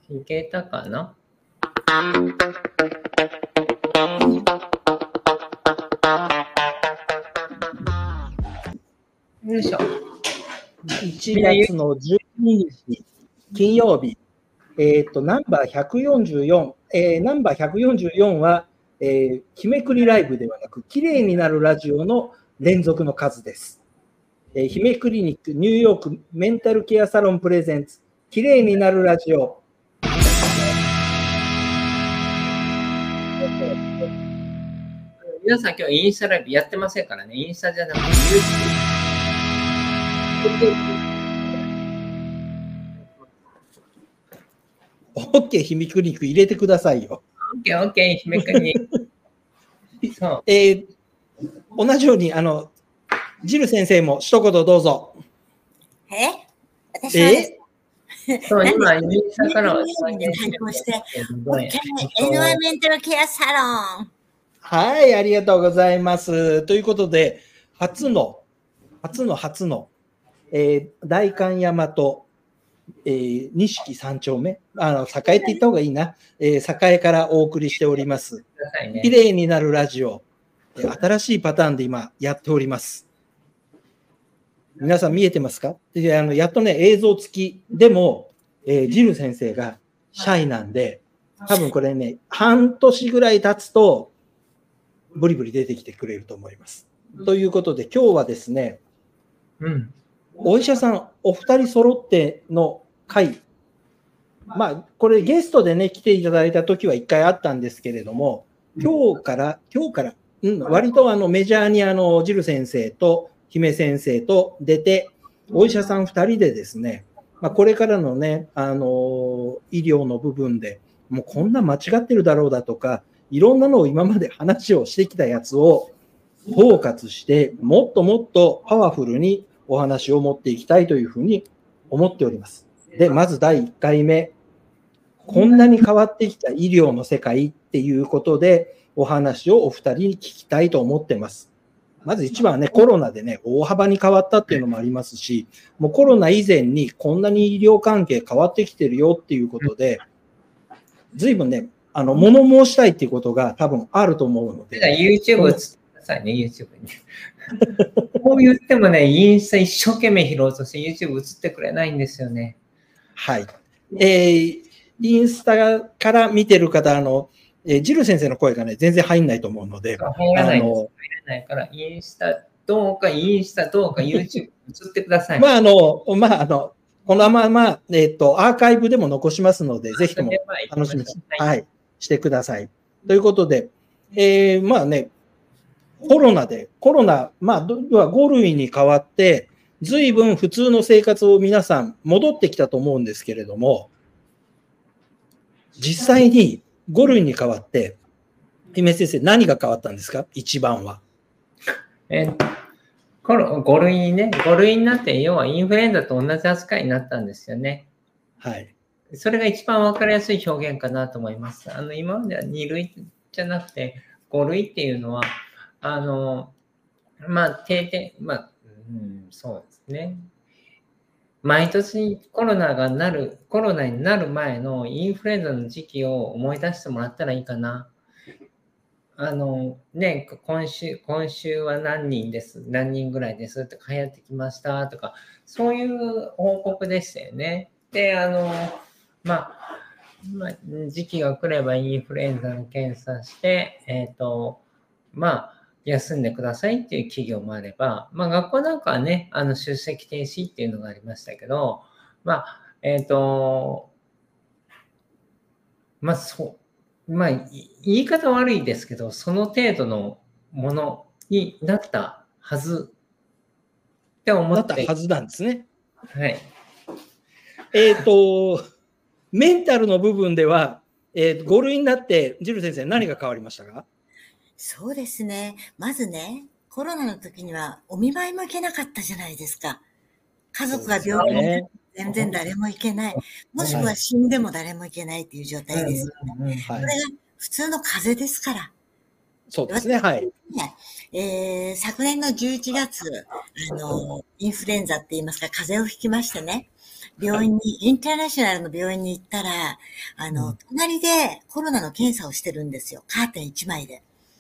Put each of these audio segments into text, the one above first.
いけたかな？よいしょ。 1月の12日、金曜日、ナンバー144、ナンバー144は、日めくりライブではなく、綺麗になるラジオの連続の数です。日めクリニックニューヨークメンタルケアサロンプレゼンツ、綺麗になるラジオ。 皆さん今日インスタライブやってませんからね。インスタじゃなくて OK、日めクリニック入れてくださいよ。 OK、日めくりに。そう。 同じように、ジル先生も一言どうぞ。 私はですそう、今、インスタからは対抗して、エンバイメンタルケアサロン。 はい、ありがとうございます。ということで、初の、代官山と、錦三丁目、栄って言った方がいいな、栄からお送りしております。綺麗になるラジオ、新しいパターンで今やっております。皆さん見えてますか？やっとね、映像付きでも、ジル先生がシャイなんで、多分これね、半年ぐらい経つと、ブリブリ出てきてくれると思います。ということで、今日はですね、お医者さんお二人揃っての会、まあ、これゲストでね、来ていただいた時は一回あったんですけれども、今日から、割とメジャーにジル先生と姫先生と出て、お医者さん二人でですね、まあ、これからのね、医療の部分で、もうこんな間違ってるだろうだとか、いろんなのを今まで話をしてきたやつを包括して、もっともっとパワフルにお話を持っていきたいというふうに思っております。で、まず第1回目、こんなに変わってきた医療の世界っていうことで、お話をお二人に聞きたいと思ってます。まず一番はね、コロナでね、大幅に変わったっていうのもありますし、もうコロナ以前にこんなに医療関係変わってきてるよっていうことで、随分ね、物申したいっていうことが多分あると思うので。 YouTube 映ってくださいね、YouTube に。こう言ってもね、インスタ一生懸命拾おうとして YouTube 映ってくれないんですよね。 はい。インスタから見てる方、ジル先生の声がね、全然入んないと思うので。 入らないです。入らないから、インスタどうか YouTube 映ってください。 このまま、アーカイブでも残しますので、ぜひとも楽しみに、はい、してください。ということで、まあね、コロナ、まあ、5類に変わって、随分普通の生活を皆さん戻ってきたと思うんですけれども、実際に5類に変わって、姫先生、何が変わったんですか？一番は。 5類になって、要はインフルエンザと同じ扱いになったんですよね。 はい。 それが一番わかりやすい表現かなと思います。今までは2類じゃなくて、5類っていうのは、まあ、そうですね。毎年コロナになる前のインフルエンザの時期を思い出してもらったらいいかな。ね、今週は何人ぐらいですとか流行ってきましたとか、そういう報告でしたよね。で、時期が来ればインフルエンザの検査して、休んでくださいっていう企業もあれば、学校なんかはね、出席停止っていうのがありましたけど、言い方悪いですけど、その程度のものになったはずって思って。 なったはずなんですね。 はい。 メンタルの部分では、5類になって、ジル先生、何が変わりましたか？ そうですね。まずね、コロナの時にはお見舞いも行けなかったじゃないですか。家族が病気になって全然誰も行けない。もしくは死んでも誰も行けないっていう状態ですよね。これが普通の風邪ですから。 そうですね、はい。 昨年の11月、インフルエンザって言いますか、風邪をひきましてね。 病院に、インターナショナルの病院に行ったら、隣でコロナの検査をしてるんですよ。カーテン1枚で。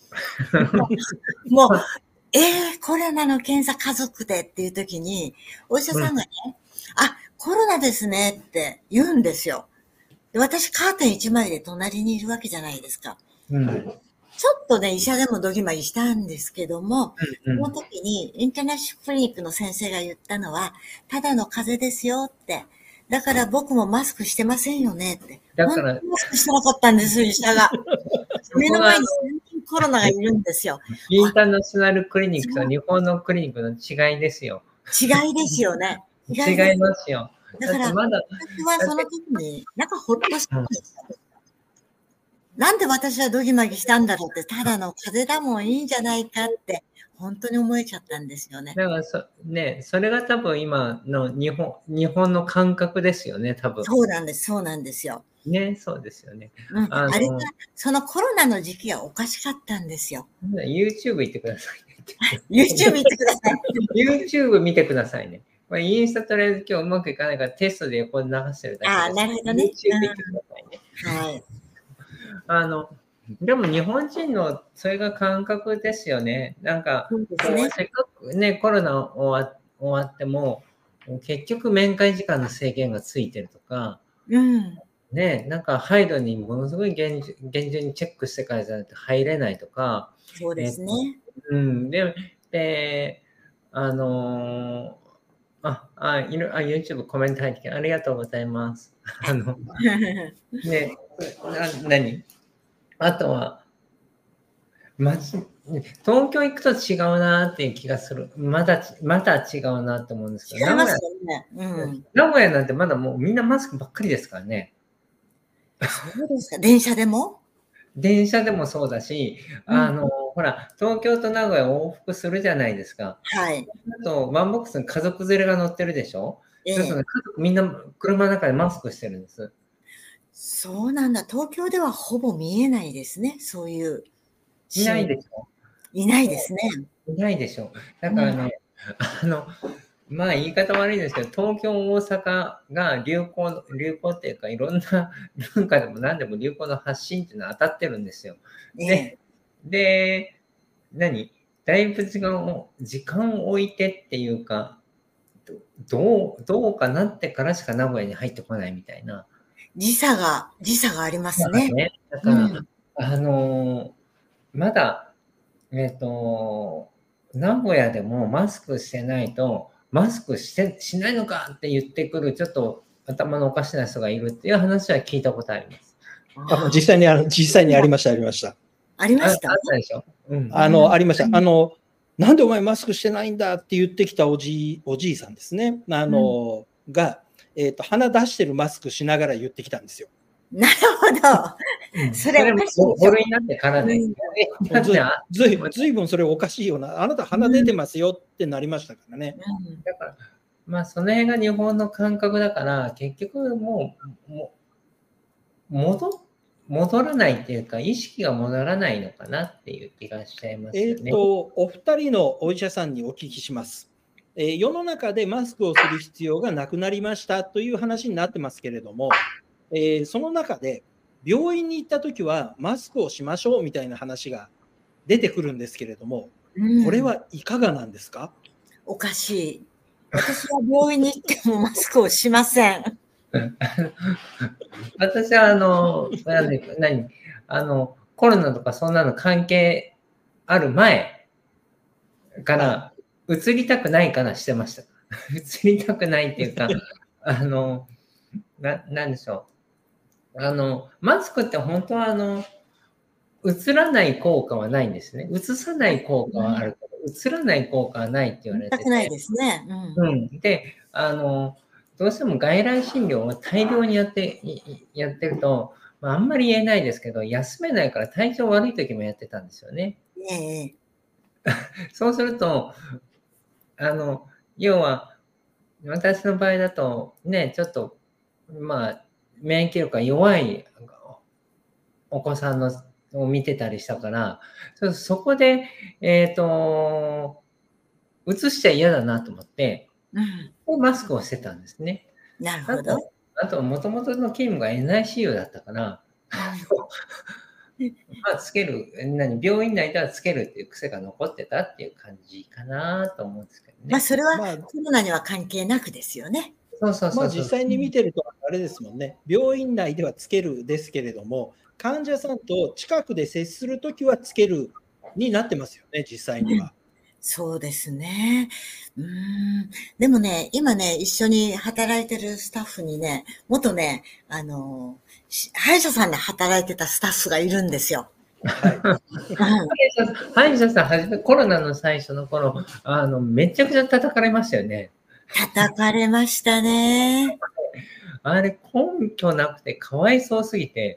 もう、コロナの検査家族でっていう時に、お医者さんがね、あ、コロナですねって言うんですよ。で、私カーテン1枚で隣にいるわけじゃないですか。ちょっとね、医者でもドギマギしたんですけども、その時にインターナショナルクリニックの先生が言ったのは、ただの風邪ですよって。だから僕もマスクしてませんよねって。だから、マスクしてなかったんですよ、医者が。目の前に3人コロナがいるんですよ。 インターナショナルクリニックと日本のクリニックの違いですよ。 違いですよね。 違いますよ。 だから、私はその時に、なんかほっとしたんですよ。なんで私はドギマギしたんだろうって、ただの風邪だもんいいんじゃないかって、本当に思えちゃったんですよね。 だからそれが多分今の日本の感覚ですよね、多分。 そうなんです、そうなんですよ。 ね、そうですよね。 あれが、そのコロナの時期がおかしかったんですよ。 YouTube 行ってくださいね。YouTube 行ってください。 YouTube 見てくださいね。これインスタとりあえず今日うまくいかないからテストで横に流してるだけです。 ああ、なるほどね。 YouTube 行ってくださいね。はい。でも日本人のそれが感覚ですよね。なんか、せっかくね、コロナ終わっても、結局面会時間の制限がついてるとか、ね、なんか配慮にものすごい厳重にチェックしてからじゃなくて入れないとか。 そうですね。 で、YouTube コメント入ってきてありがとうございます。ね、何あとは、東京行くと違うなっていう気がする。まだ違うなって思うんですけど。 違いますよね。 名古屋なんてまだもうみんなマスクばっかりですからね。 そうですか。電車でもそうだし、ほら、東京と名古屋往復するじゃないですか。 はい。 あと、ワンボックスに家族連れが乗ってるでしょ。そうすると家族みんな車の中でマスクしてるんです。 そうなんだ。東京ではほぼ見えないですね。そういう。 いないでしょ。 いないですね。 いないでしょ。だからね、まあ言い方悪いですけど、東京、大阪が流行っていうか、いろんな文化でも何でも流行の発信っていうのは当たってるんですよ。で、だいぶ時間を置いてっていうか、どうかなってからしか名古屋に入ってこないみたいな。 時差がありますね。 だから、まだ、名古屋でもマスクしてないと、マスクしないのかって言ってくる、ちょっと頭のおかしな人がいるっていう話は聞いたことあります。 実際にありました。 ありました。 あったでしょ。 ありました。なんでお前マスクしてないんだって言ってきたおじいさんですね。が、鼻出してるマスクしながら言ってきたんですよ。 なるほど。それおかしい。 5類になってからね。 ずいぶんそれおかしいよな。あなた鼻出てますよってなりましたからね。 だから、まあその辺が日本の感覚だから、結局もう戻らないっていうか、意識が戻らないのかなっていう気がしちゃいますよね。 お二人のお医者さんにお聞きします。世の中でマスクをする必要がなくなりましたという話になってますけれども、その中で病院に行ったときはマスクをしましょうみたいな話が出てくるんですけれども、これはいかがなんですか？ おかしい。私は病院に行ってもマスクをしません。 私はコロナとかそんなの関係ある前から移りたくないからしてました。移りたくないっていうか、なんでしょう。マスクって本当は移らない効果はないんですね。移さない効果はあるけど、移らない効果はないって言われてて。 ないですね。 で、どうしても外来診療を大量にやってると、あんまり言えないですけど、休めないから体調悪い時もやってたんですよね。そうすると、要は、私の場合だと、ね、ちょっと、免疫力が弱いお子さんを見てたりしたから、そこで、移しちゃ嫌だなと思って、マスクをしてたんですね。 なるほど。 あと、もともとの勤務が NICU だったから、まあ、つける、病院内ではつけるっていう癖が残ってたっていう感じかなと思うんですけどね。 まあ、それはコロナには関係なくですよね。 まあ実際に見てると、あれですもんね、病院内ではつけるですけれども、患者さんと近くで接するときはつけるになってますよね、実際には。 そうですね。でもね、今ね、一緒に働いてるスタッフにね、元ね、歯医者さんで働いてたスタッフがいるんですよ。 はい。 歯医者さん、初めコロナの最初の頃、めちゃくちゃ叩かれましたよね。 叩かれましたね。 あれ、根拠なくてかわいそうすぎて、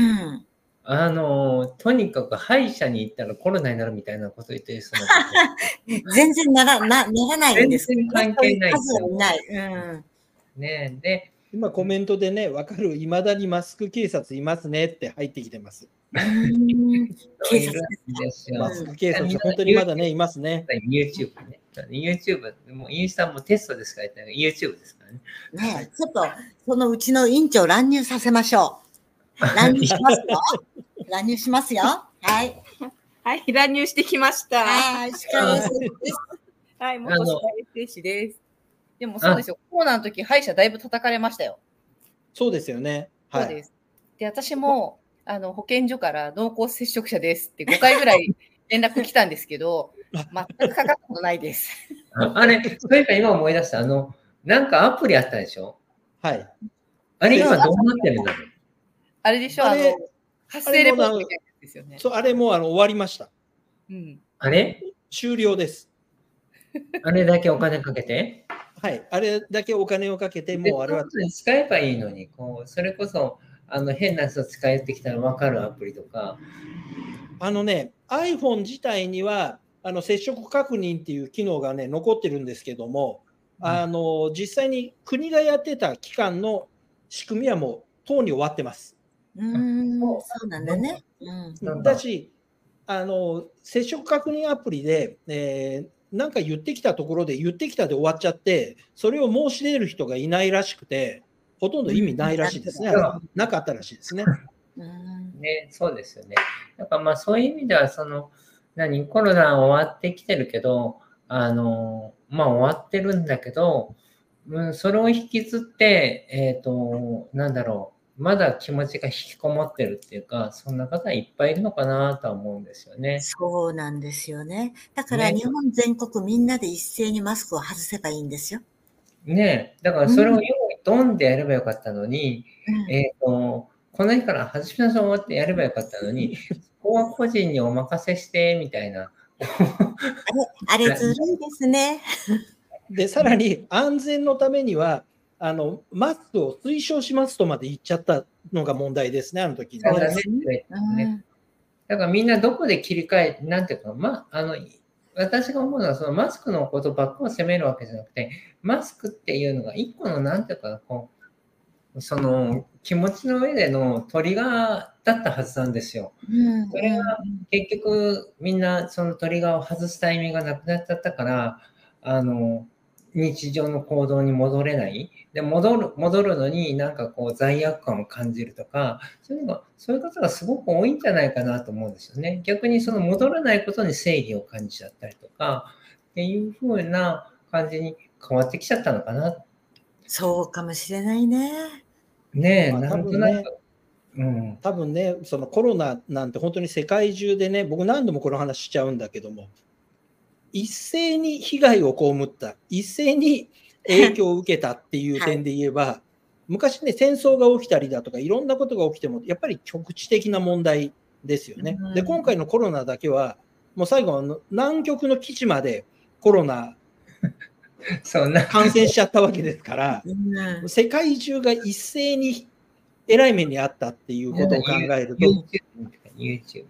とにかく歯医者に行ったらコロナになるみたいなこと言ってる人も全然ならないんです。 全然関係ない数はいない。 ねで、 今コメントでね、わかる、いまだにマスク警察いますねって入ってきてます。 警察ですよ。 マスク警察、本当にまだね、いますね。 YouTube ね。YouTube、もうインスタもテストですから、YouTube ですからね。 ね、ちょっと、そのうちの院長乱入させましょう。乱入しますよ。乱入しますよ。はい。 はい、乱入してきました。 はい、歯科衛生士です。 はい、元歯科衛生士です。でもそうですよ。コロナの時、歯医者だいぶ叩かれましたよ。 そうですよね。 はい。そうです。で、私も、保健所から濃厚接触者ですって5回ぐらい連絡来たんですけど、全くかかったことないです。 あれ、そういえば今思い出した。なんかアプリあったでしょ？ はい。 あれ今どうなってるんだろう？ あれでしょ？発生レポートみたいなやつですよね。 そう、あれも終わりました。 あれ？ 終了です。 あれだけお金かけて？ はい。あれだけお金をかけて、もうあれは。 使えばいいのに、それこそ、変な人使えてきたら分かるアプリとか。 iPhone 自体には、接触確認っていう機能がね、残ってるんですけども、実際に国がやってた期間の仕組みはもう、とうに終わってます。 そうなんだね。 だし、接触確認アプリで、なんか言ってきたところで言ってきたで終わっちゃって、それを申し出る人がいないらしくて、ほとんど意味ないらしいですね。なかったらしいですね。 ね、そうですよね。だからまあそういう意味では、コロナ終わってきてるけど、まあ終わってるんだけど、それを引きずって、まだ気持ちが引きこもってるっていうか、そんな方いっぱいいるのかなとは思うんですよね。 そうなんですよね。だから日本全国みんなで一斉にマスクを外せばいいんですよ。 ね、だからそれを用意ドンでやればよかったのに、この日から外しましょうってやればよかったのに、ここは個人にお任せしてみたいな。 あれずるいですね。 で、さらに安全のためには、マスクを推奨しますとまで言っちゃったのが問題ですね、あの時に。 そうだね。だからみんなどこで切り替え、なんていうか、私が思うのは、そのマスクのことばっかを責めるわけじゃなくて、マスクっていうのが一個の、なんていうか、その気持ちの上でのトリガーだったはずなんですよ。それは結局みんなそのトリガーを外すタイミングがなくなっちゃったから、日常の行動に戻れない。で、戻るのになんか罪悪感を感じるとか、そういう方がすごく多いんじゃないかなと思うんですよね。逆にその戻らないことに正義を感じちゃったりとか、っていう風な感じに変わってきちゃったのかな。 そうかもしれないね。 ねえ、なんとなく。 多分ね、そのコロナなんて本当に世界中でね、僕何度もこの話しちゃうんだけども、一斉に被害を被った、一斉に影響を受けたっていう点で言えば、昔ね、戦争が起きたりだとか、いろんなことが起きても、やっぱり局地的な問題ですよね。で、今回のコロナだけは、もう最後は南極の基地までコロナ感染しちゃったわけですから、世界中が一斉にえらい目にあったっていうことを考えると、 YouTube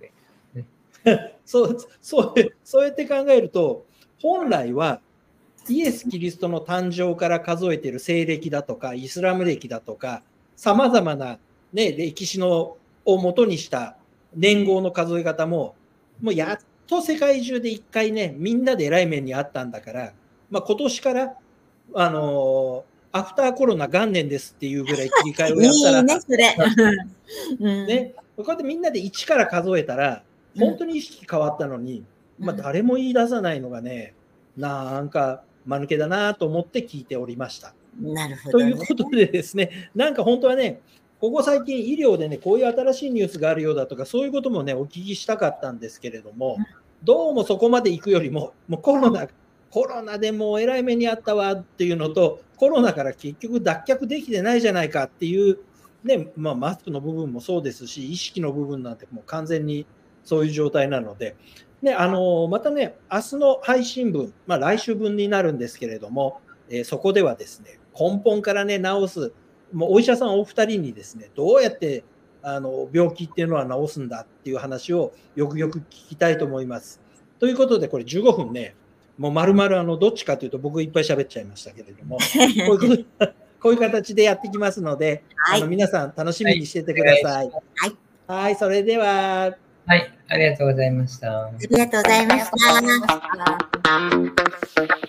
そうやって考えると、本来はイエス・キリストの誕生から数えている西暦だとか、イスラム暦だとか、さまざまな、ね、歴史をもとにした年号の数え方も、もうやっと世界中で一回ね、みんなでえらい目にあったんだから、今年から、 アフターコロナ元年ですっていうぐらい切り替えをやったら、 いいね、それ。 ね、こうやってみんなで1から数えたら、本当に意識変わったのに、誰も言い出さないのがね、なんか間抜けだなと思って聞いておりました。 なるほど、 ということでですね、なんか本当はね、ここ最近医療でね、こういう新しいニュースがあるようだとか、そういうこともね、お聞きしたかったんですけれども、どうもそこまで行くよりも、もうコロナでもうえらい目にあったわっていうのと、コロナから結局脱却できてないじゃないかっていう、ね、マスクの部分もそうですし、意識の部分なんてもう完全にそういう状態なので、ね、またね、明日の配信分、来週分になるんですけれども、そこではですね、根本からね、治す、もうお医者さんお二人にですね、どうやって病気っていうのは治すんだっていう話をよくよく聞きたいと思います。ということで、これ15分ね、もう丸々どっちかというと僕いっぱい喋っちゃいましたけれども、こういう形でやってきますので、皆さん楽しみにしててください。はい、それでは。 はい、ありがとうございました。 ありがとうございました。